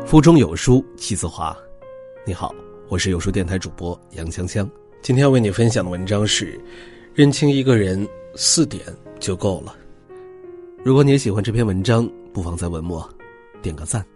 腹中有书气自华。你好，我是有书电台主播杨锵锵。今天要为你分享的文章是认清一个人4点就够了。如果你也喜欢这篇文章，不妨在文末点个赞。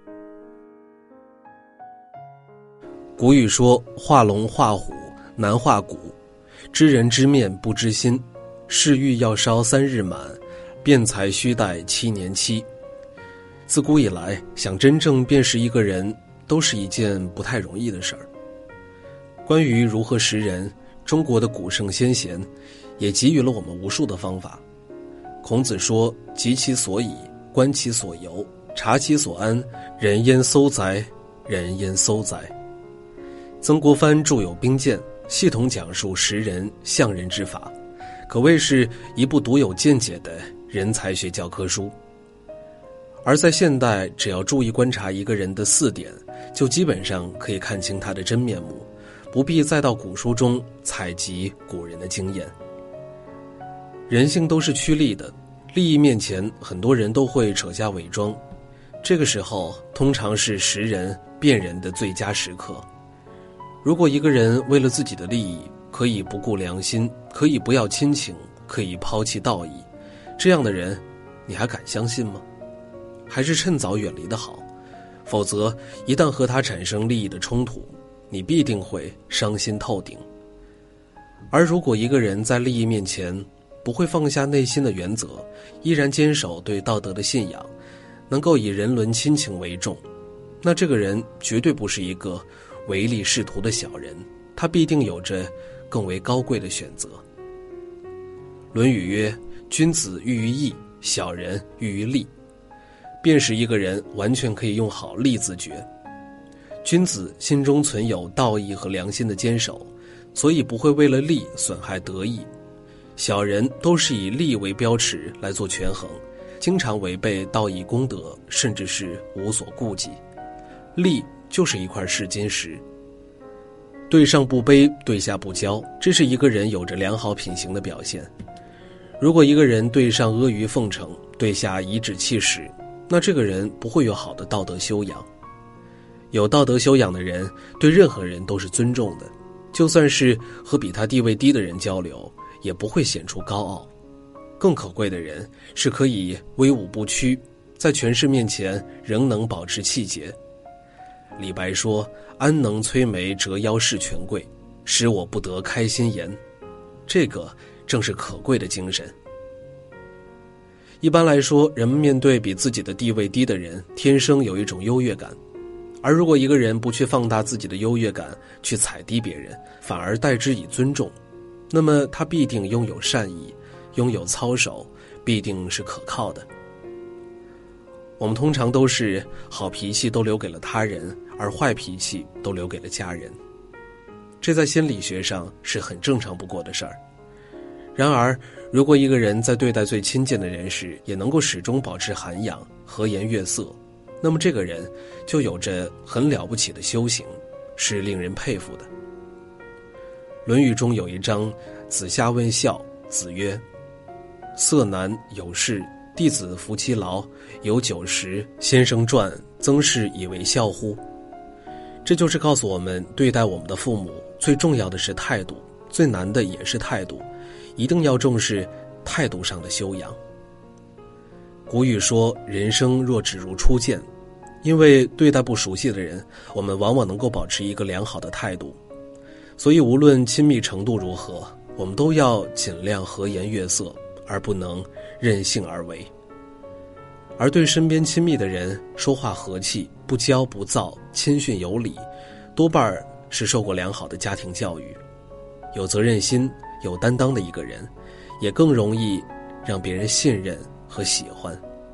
古语说，画龙画虎难画骨，知人知面不知心，嗜欲要烧3日满，辩才须待7年期。自古以来，想真正辨识一个人都是一件不太容易的事儿。关于如何识人，中国的古圣先贤也给予了我们无数的方法。孔子说，及其所以，观其所由，察其所安，人焉搜哉，人焉搜哉。曾国藩著有兵谏，系统讲述识人相人之法，可谓是一部独有见解的人才学教科书。而在现代，只要注意观察一个人的4点，就基本上可以看清他的真面目，不必再到古书中采集古人的经验。人性都是趋利的，利益面前，很多人都会扯下伪装，这个时候通常是识人辨人的最佳时刻。如果一个人为了自己的利益，可以不顾良心，可以不要亲情，可以抛弃道义，这样的人你还敢相信吗？还是趁早远离的好，否则一旦和他产生利益的冲突，你必定会伤心透顶。而如果一个人在利益面前不会放下内心的原则，依然坚守对道德的信仰，能够以人伦亲情为重，那这个人绝对不是一个唯利是图的小人，他必定有着更为高贵的选择。论语曰，君子喻于义，小人喻于利。辨识一个人完全可以用好利字诀。君子心中存有道义和良心的坚守，所以不会为了利损害德义。小人都是以利为标尺来做权衡，经常违背道义公德，甚至是无所顾忌。利就是一块试金石，对上不卑，对下不骄，这是一个人有着良好品行的表现。如果一个人对上阿谀奉承，对下颐指气使，那这个人不会有好的道德修养。有道德修养的人对任何人都是尊重的，就算是和比他地位低的人交流，也不会显出高傲。更可贵的人是可以威武不屈，在权势面前仍能保持气节。李白说，安能摧眉折腰事权贵，使我不得开心颜。这个正是可贵的精神。一般来说，人们面对比自己的地位低的人，天生有一种优越感。而如果一个人不去放大自己的优越感，去踩低别人，反而代之以尊重，那么他必定拥有善意，拥有操守，必定是可靠的。我们通常都是好脾气都留给了他人，而坏脾气都留给了家人。这在心理学上是很正常不过的事儿。然而，如果一个人在对待最亲近的人时，也能够始终保持涵养，和颜悦色，那么这个人就有着很了不起的修行，是令人佩服的。论语中有一章，子夏问孝，子曰，色难有事，弟子服其劳，有酒食，先生传，曾氏以为孝乎？这就是告诉我们，对待我们的父母，最重要的是态度，最难的也是态度，一定要重视态度上的修养。古语说，人生若只如初见，因为对待不熟悉的人，我们往往能够保持一个良好的态度，所以无论亲密程度如何，我们都要尽量和颜悦色，而不能任性而为。而对身边亲密的人，说话和气，不骄不躁，谦逊有礼，多半是受过良好的家庭教育。有责任心，有担当的一个人，也更容易让别人信任和喜欢。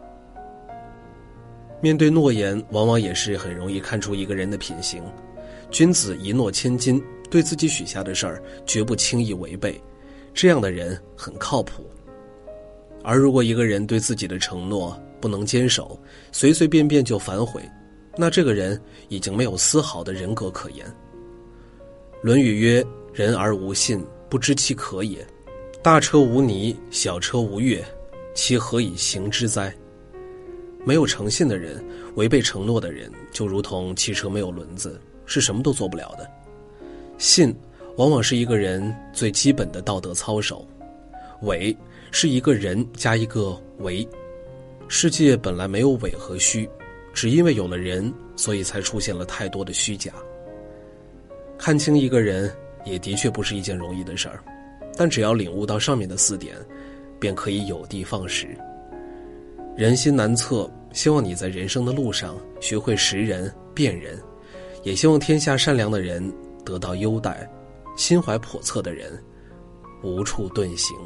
面对诺言，往往也是很容易看出一个人的品行。君子一诺千金，对自己许下的事儿绝不轻易违背，这样的人很靠谱。而如果一个人对自己的承诺不能坚守，随随便便就反悔，那这个人已经没有丝毫的人格可言。论语曰，人而无信，不知其可也。大车无泥，小车无月，其何以行之哉？ 没有诚信的人，违背承诺的人，就如同汽车没有轮子，是什么都做不了的。信往往是一个人最基本的道德操守，伪是一个人加一个为。世界本来没有伪和虚，只因为有了人，所以才出现了太多的虚假。看清一个人也的确不是一件容易的事儿，但只要领悟到上面的4点，便可以有的放矢。人心难测，希望你在人生的路上学会识人辨人，也希望天下善良的人得到优待，心怀叵测的人无处遁形。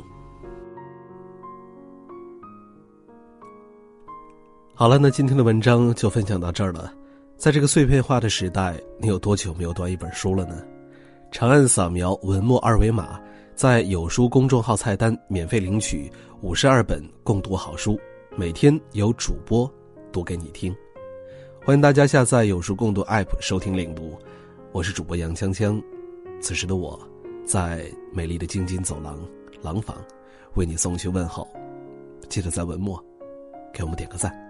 好了，那今天的文章就分享到这儿了。在这个碎片化的时代，你有多久没有读一本书了呢？长按扫描文末2维码，在有书公众号菜单免费领取52本共读好书，每天有主播读给你听。欢迎大家下载有书共读 App 收听领读，我是主播杨锵锵。此时的我在美丽的京津走廊廊坊为你送去问候，记得在文末给我们点个赞。